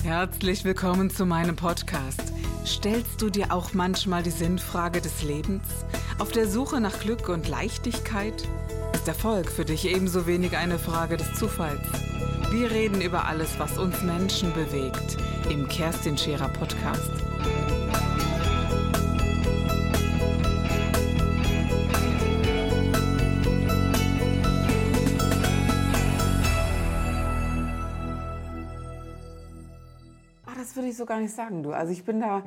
Herzlich willkommen zu meinem Podcast. Stellst du dir auch manchmal die Sinnfrage des Lebens? Auf der Suche nach Glück und Leichtigkeit? Ist Erfolg für dich ebenso wenig eine Frage des Zufalls? Wir reden über alles, was uns Menschen bewegt, im Kerstin Scherer Podcast. Das würde ich so gar nicht sagen, du. Also ich bin da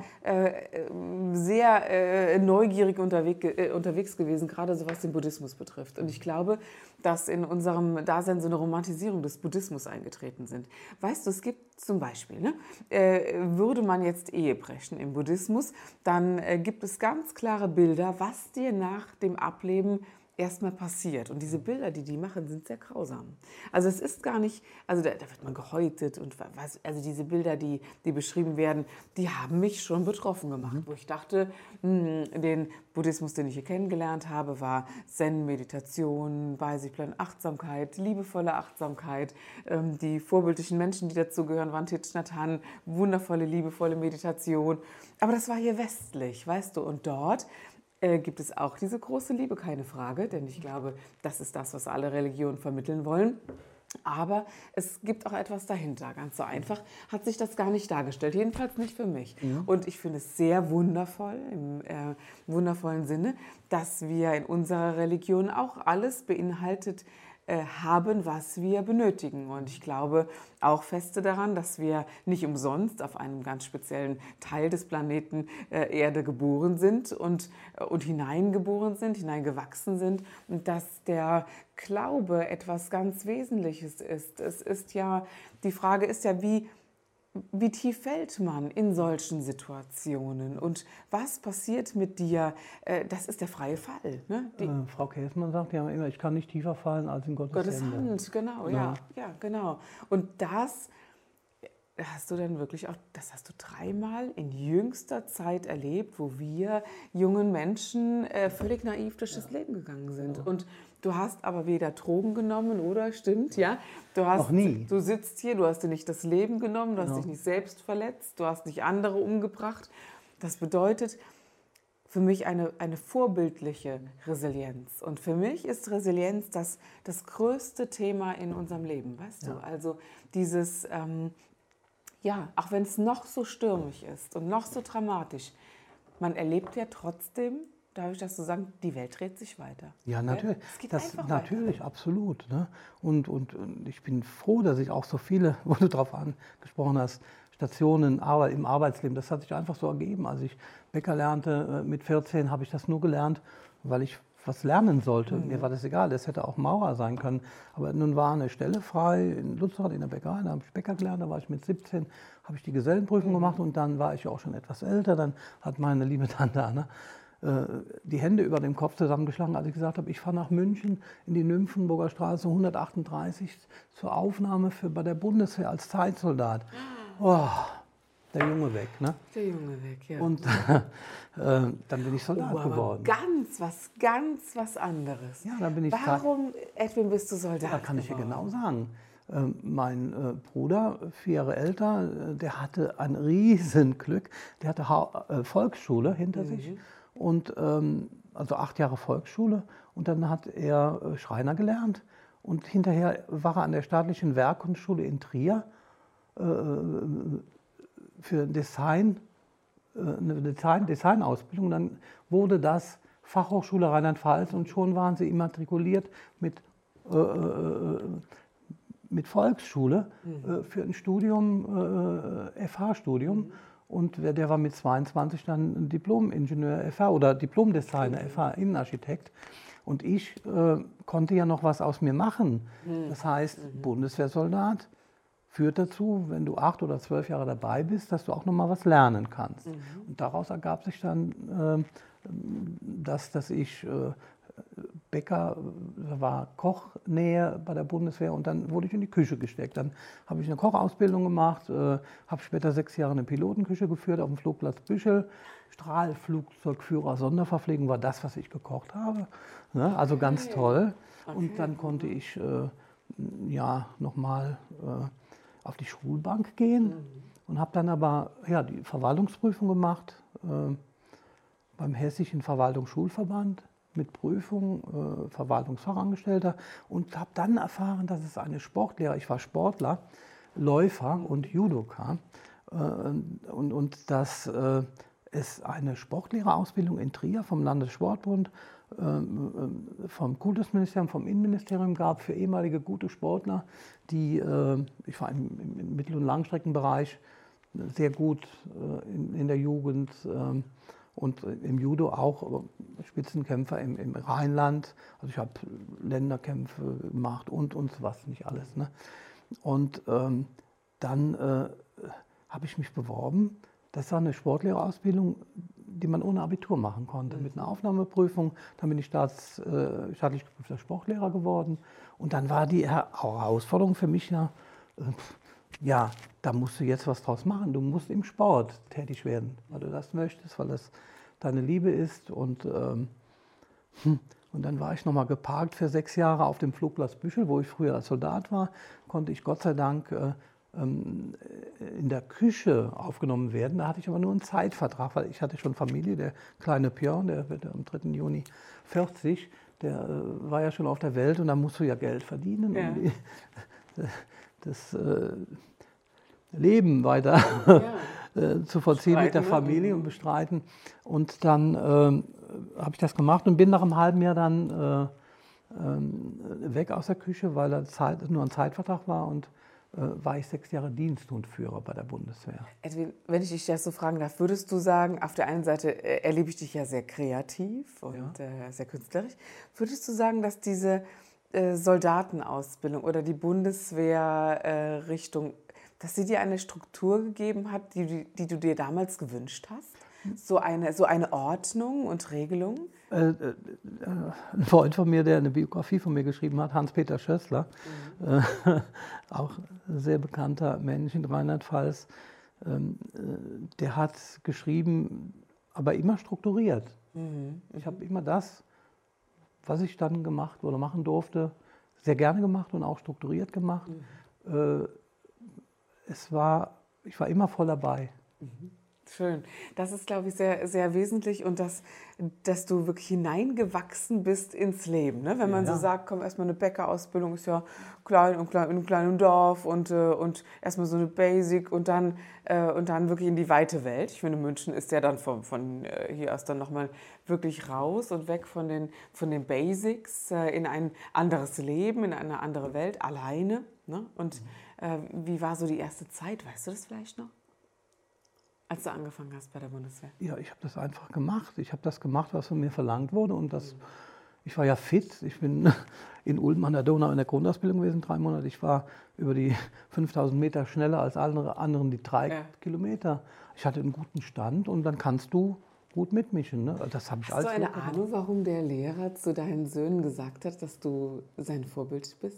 sehr neugierig unterwegs gewesen, gerade so was den Buddhismus betrifft. Und ich glaube, dass in unserem Dasein so eine Romantisierung des Buddhismus eingetreten sind. Weißt du, es gibt zum Beispiel, würde man jetzt Ehe brechen im Buddhismus, dann gibt es ganz klare Bilder, was dir nach dem Ableben erstmal passiert. Und diese Bilder, die machen, sind sehr grausam. Also es ist gar nicht, also da wird man gehäutet und was, also diese Bilder, die beschrieben werden, die haben mich schon betroffen gemacht, wo ich dachte, den Buddhismus, den ich hier kennengelernt habe, war Zen, Meditation, Bei-sich-Bleiben, Achtsamkeit, liebevolle Achtsamkeit. Die vorbildlichen Menschen, die dazugehören, waren Thich Nhat Hanh, wundervolle, liebevolle Meditation. Aber das war hier westlich, weißt du, und dort gibt es auch diese große Liebe, keine Frage, denn ich glaube, das ist das, was alle Religionen vermitteln wollen. Aber es gibt auch etwas dahinter. Ganz so einfach hat sich das gar nicht dargestellt, jedenfalls nicht für mich. Ja. Und ich finde es sehr wundervoll, im wundervollen Sinne, dass wir in unserer Religion auch alles beinhaltet haben, was wir benötigen. Und ich glaube auch feste daran, dass wir nicht umsonst auf einem ganz speziellen Teil des Planeten Erde geboren sind und hineingewachsen sind und dass der Glaube etwas ganz Wesentliches ist. Die Frage ist ja, wie tief fällt man in solchen Situationen und was passiert mit dir? Das ist der freie Fall. Ne? Frau Käßmann sagt ja immer, ich kann nicht tiefer fallen als in Gottes Hände. Genau, ja, genau. Und das hast du dann wirklich auch, das hast du dreimal in jüngster Zeit erlebt, wo wir jungen Menschen völlig naiv durch das Leben gegangen sind. Ja. Und du hast aber weder Drogen genommen, oder? Stimmt, ja? Noch nie. Du sitzt hier, du hast dir nicht das Leben genommen, du hast dich nicht selbst verletzt, du hast nicht andere umgebracht. Das bedeutet für mich eine vorbildliche Resilienz. Und für mich ist Resilienz das größte Thema in unserem Leben, weißt du? Also dieses, auch wenn es noch so stürmisch ist und noch so dramatisch, man erlebt ja trotzdem, darf ich das so sagen, die Welt dreht sich weiter. Ja, natürlich. Es geht das einfach natürlich, weiter. Absolut. Ne? Und ich bin froh, dass ich auch so viele, wo du darauf angesprochen hast, Stationen im Arbeitsleben, das hat sich einfach so ergeben. Als ich Bäcker lernte, mit 14 habe ich das nur gelernt, weil ich was lernen sollte. Mir war das egal, das hätte auch Maurer sein können. Aber nun war eine Stelle frei in Lützerath in der Bäckerei, da habe ich Bäcker gelernt, da war ich mit 17, habe ich die Gesellenprüfung gemacht und dann war ich auch schon etwas älter. Dann hat meine liebe Tante Anna die Hände über dem Kopf zusammengeschlagen, als ich gesagt habe, ich fahre nach München in die Nymphenburger Straße 138 zur Aufnahme bei der Bundeswehr als Zeitsoldat. Oh, der Junge weg, ne? Der Junge weg, ja. Und dann bin ich Soldat geworden. Ganz was anderes. Ja, dann bin ich. Warum, Edwin, bist du Soldat? Da kann ich dir genau sagen. Mein Bruder, 4 Jahre älter, der hatte ein Riesenglück. Der hatte Volksschule hinter sich. Und also 8 Jahre Volksschule und dann hat er Schreiner gelernt und hinterher war er an der staatlichen Werkkunstschule in Trier für Design, eine Designausbildung. Dann wurde das Fachhochschule Rheinland-Pfalz und schon waren sie immatrikuliert mit Volksschule für ein Studium, FH-Studium. Und der war mit 22 dann Diplom-Ingenieur FH oder Diplom-Designer FH, Innenarchitekt. Und ich konnte ja noch was aus mir machen. Das heißt, Bundeswehrsoldat führt dazu, wenn du 8 oder 12 Jahre dabei bist, dass du auch noch mal was lernen kannst. Und daraus ergab sich dann, dass ich Bäcker, da war Kochnähe bei der Bundeswehr und dann wurde ich in die Küche gesteckt. Dann habe ich eine Kochausbildung gemacht, habe später 6 Jahre eine Pilotenküche geführt auf dem Flugplatz Büchel. Strahlflugzeugführer, Sonderverpflegung war das, was ich gekocht habe. Ne? Also ganz toll. Und dann konnte ich nochmal auf die Schulbank gehen und habe dann aber die Verwaltungsprüfung gemacht beim Hessischen Verwaltungsschulverband mit Prüfung, Verwaltungsfachangestellter und habe dann erfahren, dass es eine Sportlehrer, ich war Sportler, Läufer und Judoka und dass es eine Sportlehrerausbildung in Trier vom Landessportbund, vom Kultusministerium, vom Innenministerium gab für ehemalige gute Sportler, die, ich war im Mittel- und Langstreckenbereich sehr gut in der Jugend und im Judo auch Spitzenkämpfer im Rheinland. Also ich habe Länderkämpfe gemacht und was nicht alles. Ne? Und dann habe ich mich beworben. Das war eine Sportlehrerausbildung, die man ohne Abitur machen konnte, mit einer Aufnahmeprüfung. Dann bin ich staatlich geprüfter Sportlehrer geworden. Und dann war die Herausforderung für mich da musst du jetzt was draus machen. Du musst im Sport tätig werden, weil du das möchtest, weil das deine Liebe ist. Und dann war ich nochmal geparkt für 6 Jahre auf dem Flugplatz Büchel, wo ich früher als Soldat war. Konnte ich Gott sei Dank in der Küche aufgenommen werden. Da hatte ich aber nur einen Zeitvertrag, weil ich hatte schon Familie. Der kleine Björn, der wird am 3. Juni 40, der war ja schon auf der Welt und da musst du ja Geld verdienen, um das Leben weiter zu vollziehen mit der Familie und bestreiten. Und dann habe ich das gemacht und bin nach einem halben Jahr dann weg aus der Küche, weil nur ein Zeitvertrag war und war ich 6 Jahre Diensthundführer bei der Bundeswehr. Edwin, wenn ich dich das so fragen darf, würdest du sagen, auf der einen Seite erlebe ich dich ja sehr kreativ und sehr künstlerisch, würdest du sagen, dass diese Soldatenausbildung oder die Bundeswehr-Richtung, dass sie dir eine Struktur gegeben hat, die du dir damals gewünscht hast? So eine Ordnung und Regelung? Ein Freund von mir, der eine Biografie von mir geschrieben hat, Hans-Peter Schössler, auch ein sehr bekannter Mensch in Rheinland-Pfalz, der hat geschrieben, aber immer strukturiert. Ich habe immer das, was ich dann gemacht oder machen durfte, sehr gerne gemacht und auch strukturiert gemacht. Ich war immer voll dabei. Schön. Das ist, glaube ich, sehr, sehr wesentlich und dass du wirklich hineingewachsen bist ins Leben. Ne? Wenn man so sagt, komm, erstmal eine Bäckerausbildung, ist ja klein und klein in einem kleinen Dorf und erstmal so eine Basic und dann wirklich in die weite Welt. Ich finde, München ist ja dann von hier aus dann nochmal wirklich raus und weg von den Basics in ein anderes Leben, in eine andere Welt, alleine. Ne? Und wie war so die erste Zeit? Weißt du das vielleicht noch? Als du angefangen hast bei der Bundeswehr? Ja, ich habe das einfach gemacht. Ich habe das gemacht, was von mir verlangt wurde. Und ich war ja fit. Ich bin in Ulm an der Donau in der Grundausbildung gewesen, 3 Monate. Ich war über die 5000 Meter schneller als alle anderen die 3 Kilometer. Ich hatte einen guten Stand und dann kannst du gut mitmischen. Ne? Das habe ich Hast du eine Ahnung, warum der Lehrer zu deinen Söhnen gesagt hat, dass du sein Vorbild bist?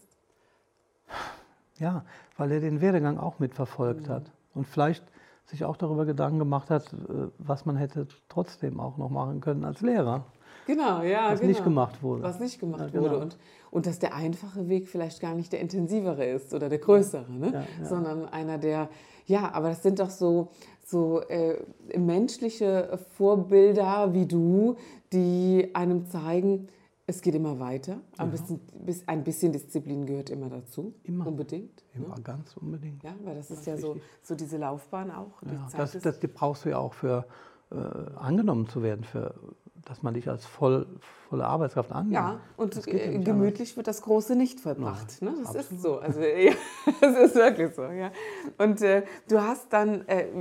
Ja, weil er den Werdegang auch mitverfolgt hat. Und vielleicht sich auch darüber Gedanken gemacht hat, was man hätte trotzdem auch noch machen können als Lehrer. Genau, ja. Was nicht gemacht wurde. Was nicht gemacht wurde. Und dass der einfache Weg vielleicht gar nicht der intensivere ist oder der größere, ne? Sondern einer der, aber das sind doch so menschliche Vorbilder wie du, die einem zeigen, es geht immer weiter. Ein bisschen Disziplin gehört immer dazu. Immer. Unbedingt. Immer, ganz unbedingt. Ja, weil das ist ja so diese Laufbahn auch. Die brauchst du ja auch für angenommen zu werden, dass man dich als volle Arbeitskraft annimmt. Ja, und gemütlich wird das Große nicht vollbracht. Ne? Das ist so. Also, das ist wirklich so. Ja. Und du hast dann,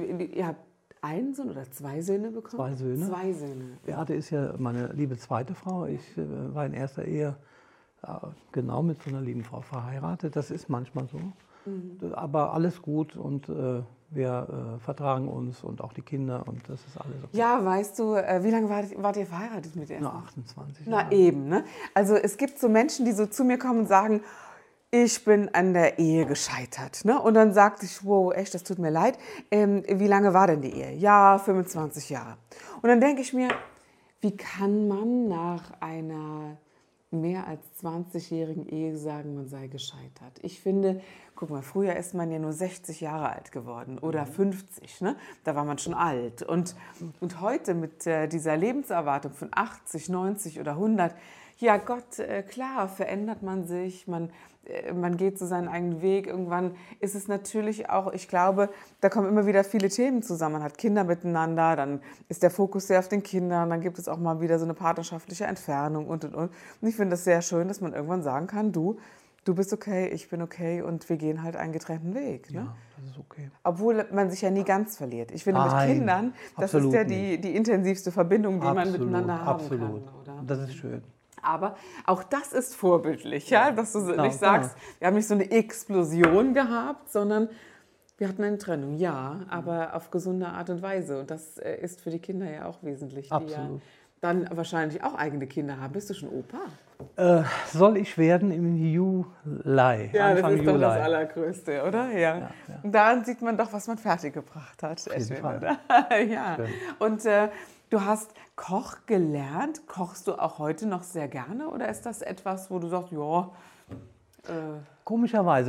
einen Sohn oder 2 Söhne bekommen? 2 Söhne. 2 Söhne. Beate ist ja meine liebe zweite Frau. Ich war in erster Ehe genau mit so einer lieben Frau verheiratet. Das ist manchmal so. Aber alles gut und wir vertragen uns und auch die Kinder und das ist alles okay. Ja, weißt du, wie lange wart ihr verheiratet mit der? Nur 28 Jahre. Na eben, ne? Also es gibt so Menschen, die so zu mir kommen und sagen, ich bin an der Ehe gescheitert. Ne? Und dann sagt ich, wow, echt, das tut mir leid. Wie lange war denn die Ehe? Ja, 25 Jahre. Und dann denke ich mir, wie kann man nach mehr als 20-jährigen Ehe sagen, man sei gescheitert. Ich finde, guck mal, früher ist man ja nur 60 Jahre alt geworden oder 50, ne? Da war man schon alt. Und heute mit dieser Lebenserwartung von 80, 90 oder 100, ja Gott, klar, verändert man sich, man geht so seinen eigenen Weg. Irgendwann ist es natürlich auch, ich glaube, da kommen immer wieder viele Themen zusammen. Man hat Kinder miteinander, dann ist der Fokus sehr auf den Kindern, dann gibt es auch mal wieder so eine partnerschaftliche Entfernung und. Und ich finde es sehr schön, dass man irgendwann sagen kann, du bist okay, ich bin okay und wir gehen halt einen getrennten Weg. Ne? Ja, das ist okay. Obwohl man sich ja nie ganz verliert. Ich finde, mit Kindern, das ist ja die intensivste Verbindung, die man miteinander haben kann. Oder? Das ist schön. Aber auch das ist vorbildlich, ja? Dass du nicht sagst, wir haben nicht so eine Explosion gehabt, sondern wir hatten eine Trennung, ja, aber auf gesunde Art und Weise. Und das ist für die Kinder ja auch wesentlich, die ja dann wahrscheinlich auch eigene Kinder haben. Bist du schon Opa? Soll ich werden im Juli. Ja, Anfang das ist Juli. doch das Allergrößte, oder? Ja. Und daran sieht man doch, was man fertiggebracht hat. Auf jeden Fall. Oder? Ja. Und du hast Koch gelernt. Kochst du auch heute noch sehr gerne? Oder ist das etwas, wo du sagst, ja... Komischerweise,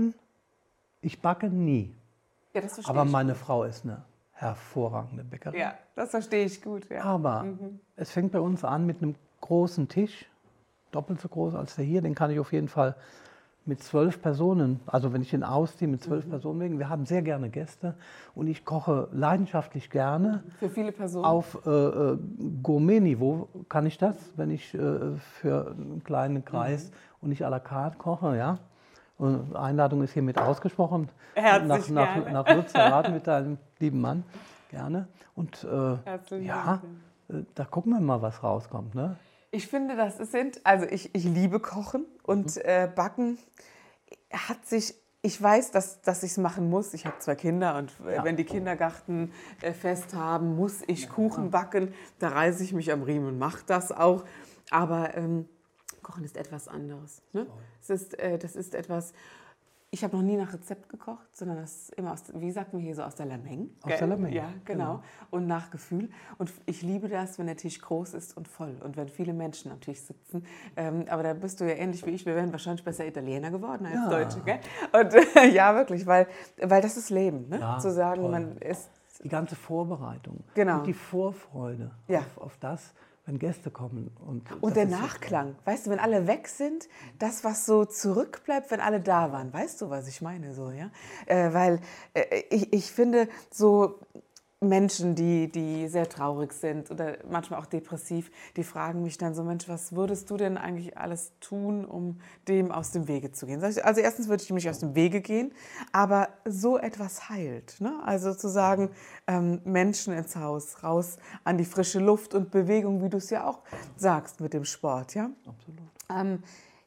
ich backe nie. Ja, das verstehe Aber ich. meine Frau ist eine hervorragende Bäckerin. Ja, das verstehe ich gut. Ja. Aber es fängt bei uns an mit einem großen Tisch, doppelt so groß als der hier. Den kann ich auf jeden Fall mit 12 Personen, also wenn ich den ausziehe, mit 12 Personen wegen. Wir haben sehr gerne Gäste und ich koche leidenschaftlich gerne. Für viele Personen? Auf Gourmet-Niveau kann ich das, wenn ich für einen kleinen Kreis und nicht à la carte koche, ja. Und Einladung ist hiermit ausgesprochen. Herzlich gerne. Nach Lützerath mit deinem lieben Mann. Gerne. Und ja, da gucken wir mal, was rauskommt. Ne? Ich finde, ich liebe Kochen und Backen hat sich, ich weiß, dass ich es machen muss. Ich habe 2 Kinder und wenn die Kindergartenfest haben, muss ich Kuchen backen. Da reiße ich mich am Riemen und mache das auch. Aber Kochen ist etwas anderes. Ne? Das ist etwas... Ich habe noch nie nach Rezept gekocht, sondern das ist immer wie sagt man hier so, aus der Lameng. Aus der Lameng. Ja, genau. Und nach Gefühl. Und ich liebe das, wenn der Tisch groß ist und voll und wenn viele Menschen am Tisch sitzen. Aber da bist du ja ähnlich wie ich. Wir wären wahrscheinlich besser Italiener geworden als Deutsche. Gell? Und ja, wirklich, weil das ist Leben. Ne? Ja, zu sagen, toll. man ist... Die ganze Vorbereitung Genau. und die Vorfreude auf das, wenn Gäste kommen. Und der Nachklang, weißt du, wenn alle weg sind, das, was so zurückbleibt, wenn alle da waren. Weißt du, was ich meine? So, ja? Weil ich finde, so Menschen, die sehr traurig sind oder manchmal auch depressiv, die fragen mich dann so, Mensch, was würdest du denn eigentlich alles tun, um dem aus dem Wege zu gehen? Also erstens würde ich mich aus dem Wege gehen, aber so etwas heilt. Ne? Also zu sagen, Menschen ins Haus, raus an die frische Luft und Bewegung, wie du es ja auch sagst mit dem Sport. Ja? Absolut.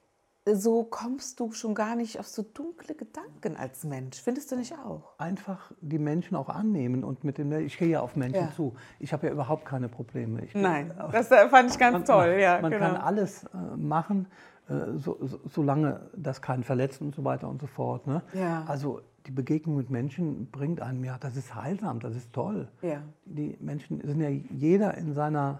So kommst du schon gar nicht auf so dunkle Gedanken als Mensch. Findest du nicht auch? Einfach die Menschen auch annehmen und ich gehe ja auf Menschen zu. Ich habe ja überhaupt keine Probleme. Nein, das fand ich ganz toll. Man kann alles machen, solange das keinen verletzt und so weiter und so fort. Ne? Ja. Also die Begegnung mit Menschen bringt einem das ist heilsam, das ist toll. Ja. Die Menschen sind ja jeder in seiner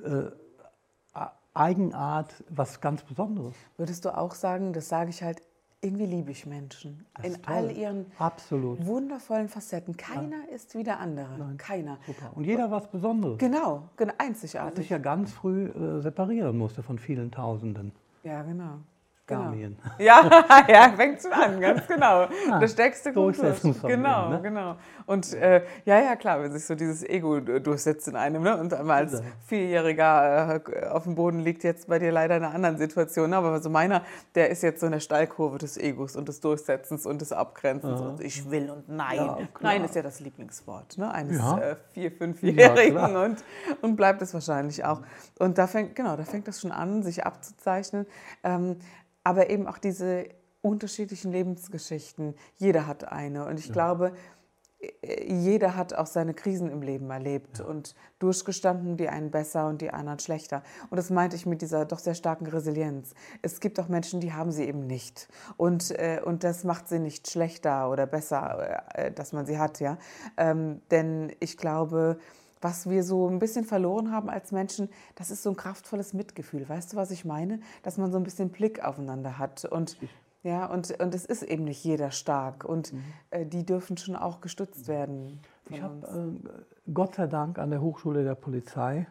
Eigenart was ganz Besonderes. Würdest du auch sagen, das sage ich halt, irgendwie liebe ich Menschen. In all ihren wundervollen Facetten. Keiner ist wie der andere. Nein. Keiner. Super. Und jeder was Besonderes. Genau, Der einzigartig. sich ja ganz früh separieren musste von vielen Tausenden Ja, genau. Gamien. Ja, fängt schon an, ganz genau. Das steckst du gut durch. Genau, ne? genau. Und ja, klar, wenn sich so dieses Ego durchsetzt in einem, ne? Und einmal als Vierjähriger auf dem Boden liegt jetzt bei dir leider in einer anderen Situation. Ne? Aber so meiner, der ist jetzt so in der Steilkurve des Egos und des Durchsetzens und des Abgrenzens und ich will und nein. Ja, nein ist ja das Lieblingswort, ne? Eines 4-, 5-Jährigen und bleibt es wahrscheinlich auch. Und da fängt das schon an, sich abzuzeichnen. Aber eben auch diese unterschiedlichen Lebensgeschichten. Jeder hat eine. Und ich glaube, jeder hat auch seine Krisen im Leben erlebt und durchgestanden, die einen besser und die anderen schlechter. Und das meinte ich mit dieser doch sehr starken Resilienz. Es gibt auch Menschen, die haben sie eben nicht. Und das macht sie nicht schlechter oder besser, dass man sie hat. Ja? Denn ich glaube, was wir so ein bisschen verloren haben als Menschen, das ist so ein kraftvolles Mitgefühl. Weißt du, was ich meine? Dass man so ein bisschen Blick aufeinander hat. Und, ja, und es ist eben nicht jeder stark. Und die dürfen schon auch gestützt werden. Ich habe Gott sei Dank an der Hochschule der Polizei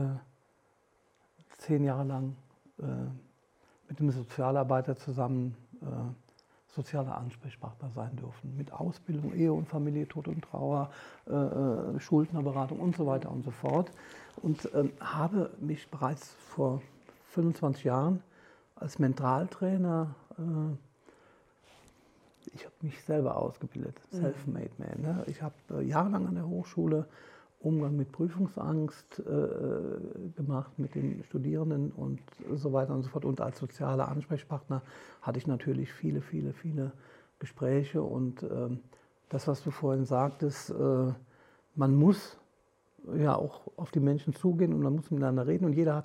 10 Jahre lang mit einem Sozialarbeiter zusammen sozialer Ansprechpartner sein dürfen. Mit Ausbildung, Ehe und Familie, Tod und Trauer, Schuldnerberatung und so weiter und so fort. Und habe mich bereits vor 25 Jahren als Mentaltrainer, ich habe mich selber ausgebildet, Self-Made Man. Ne? Ich habe jahrelang an der Hochschule Umgang mit Prüfungsangst gemacht mit den Studierenden und so weiter und so fort. Und als sozialer Ansprechpartner hatte ich natürlich viele Gespräche. Und das, was du vorhin sagtest, man muss ja auch auf die Menschen zugehen und man muss miteinander reden. Und jeder hat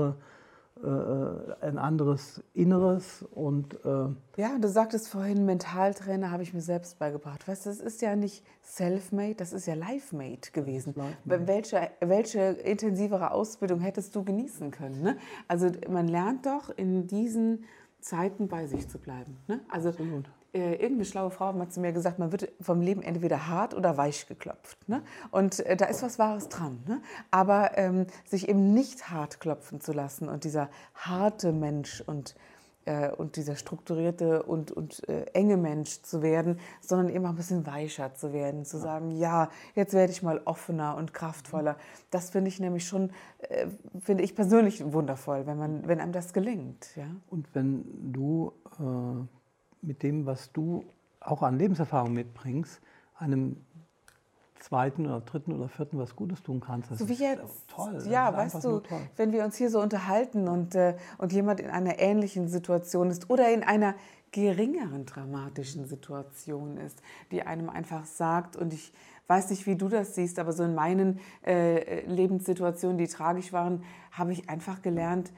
ein anderes Inneres. Und, ja, du sagtest vorhin, Mentaltrainer habe ich mir selbst beigebracht. Weißt du, das ist ja nicht self-made, das ist ja life-made gewesen. Welche intensivere Ausbildung hättest du genießen können? Ne? Also man lernt doch in diesen Zeiten bei sich zu bleiben. Ne? Also irgendeine schlaue Frau hat mal zu mir gesagt, man wird vom Leben entweder hart oder weich geklopft. Ne? Und da ist was Wahres dran. Ne? Aber sich eben nicht hart klopfen zu lassen und dieser harte Mensch und dieser strukturierte und enge Mensch zu werden, sondern eben auch ein bisschen weicher zu werden, zu sagen, ja, jetzt werde ich mal offener und kraftvoller. Das finde ich nämlich schon, finde ich persönlich wundervoll, wenn einem das gelingt. Ja? Und wenn du mit dem, was du auch an Lebenserfahrung mitbringst, einem zweiten oder dritten oder vierten was Gutes tun kannst. Das so wie ist jetzt. Toll. Ja, weißt du, wenn wir uns hier so unterhalten und jemand in einer ähnlichen Situation ist oder in einer geringeren dramatischen Situation ist, die einem einfach sagt, und ich weiß nicht, wie du das siehst, aber so in meinen Lebenssituationen, die tragisch waren, habe ich einfach gelernt,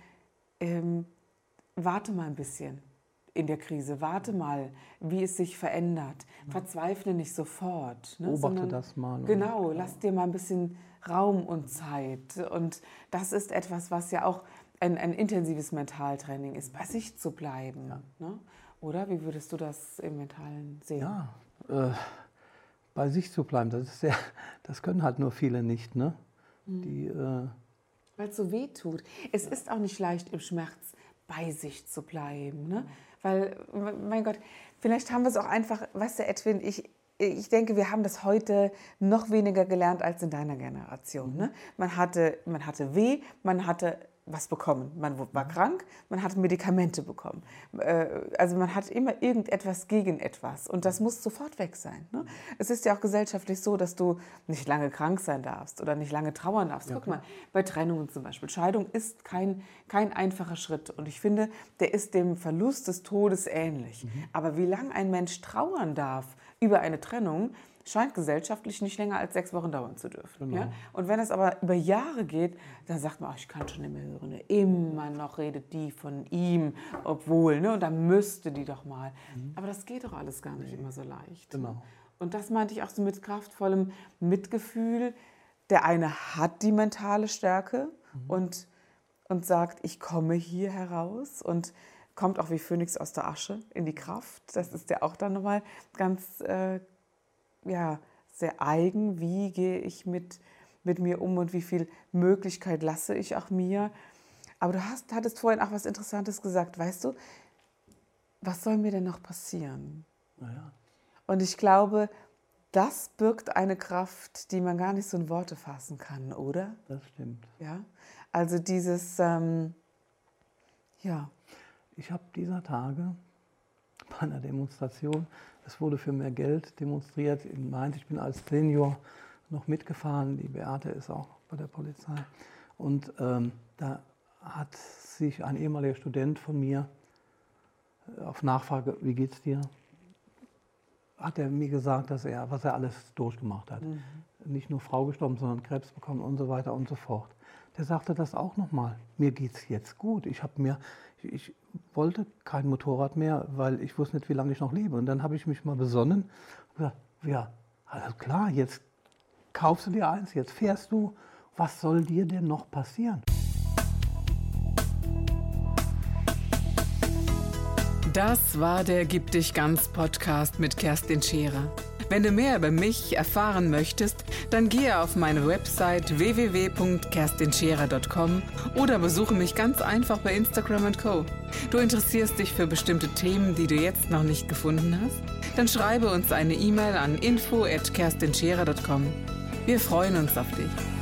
warte mal ein bisschen in der Krise, warte mal, wie es sich verändert. Verzweifle nicht sofort. Ne, beobachte das mal. Genau, lass dir mal ein bisschen Raum und Zeit. Und das ist etwas, was ja auch ein intensives Mentaltraining ist, bei sich zu bleiben. Ja. Ne? Oder wie würdest du das im Mentalen sehen? Ja, bei sich zu bleiben, das können halt nur viele nicht. Ne? Weil es so weh tut. Es ist auch nicht leicht, im Schmerz bei sich zu bleiben. Ne? Weil, mein Gott, vielleicht haben wir es auch einfach, weißt du, Edwin, ich denke, wir haben das heute noch weniger gelernt als in deiner Generation. Ne? Man hatte weh, man hatte was bekommen. Man war krank, man hat Medikamente bekommen. Also man hat immer irgendetwas gegen etwas und das muss sofort weg sein. Ne? Es ist ja auch gesellschaftlich so, dass du nicht lange krank sein darfst oder nicht lange trauern darfst. Ja, guck mal, bei Trennungen zum Beispiel. Scheidung ist kein einfacher Schritt und ich finde, der ist dem Verlust des Todes ähnlich. Aber wie lange ein Mensch trauern darf über eine Trennung, scheint gesellschaftlich nicht länger als 6 Wochen dauern zu dürfen. Genau. Ja? Und wenn es aber über Jahre geht, dann sagt man, ach, ich kann schon nicht mehr hören. Ne? Immer noch redet die von ihm, obwohl, ne? Und dann müsste die doch mal. Aber das geht doch alles gar nicht immer so leicht. Genau. Und das meinte ich auch so mit kraftvollem Mitgefühl. Der eine hat die mentale Stärke und sagt, ich komme hier heraus und kommt auch wie Phönix aus der Asche in die Kraft. Das ist ja auch dann nochmal ganz sehr eigen. Wie gehe ich mit mir um und wie viel Möglichkeit lasse ich auch mir? Aber du hattest vorhin auch was Interessantes gesagt. Weißt du, was soll mir denn noch passieren? Ja. Und ich glaube, das birgt eine Kraft, die man gar nicht so in Worte fassen kann, oder? Das stimmt. Ja, also dieses, Ich habe dieser Tage bei einer Demonstration, es wurde für mehr Geld demonstriert in Mainz. Ich bin als Senior noch mitgefahren, die Beate ist auch bei der Polizei. Und da hat sich ein ehemaliger Student von mir auf Nachfrage, wie geht's dir, hat er mir gesagt, was er alles durchgemacht hat. Nicht nur Frau gestorben, sondern Krebs bekommen und so weiter und so fort. Der sagte das auch nochmal. Mir geht's jetzt gut. Ich wollte kein Motorrad mehr, weil ich wusste nicht, wie lange ich noch lebe. Und dann habe ich mich mal besonnen und gesagt, ja, also klar, jetzt kaufst du dir eins, jetzt fährst du. Was soll dir denn noch passieren? Das war der Gib dich ganz Podcast mit Kerstin Scherer. Wenn du mehr über mich erfahren möchtest, dann gehe auf meine Website www.kerstinscherer.com oder besuche mich ganz einfach bei Instagram & Co. Du interessierst dich für bestimmte Themen, die du jetzt noch nicht gefunden hast? Dann schreibe uns eine E-Mail an info@kerstinscherer.com. Wir freuen uns auf dich.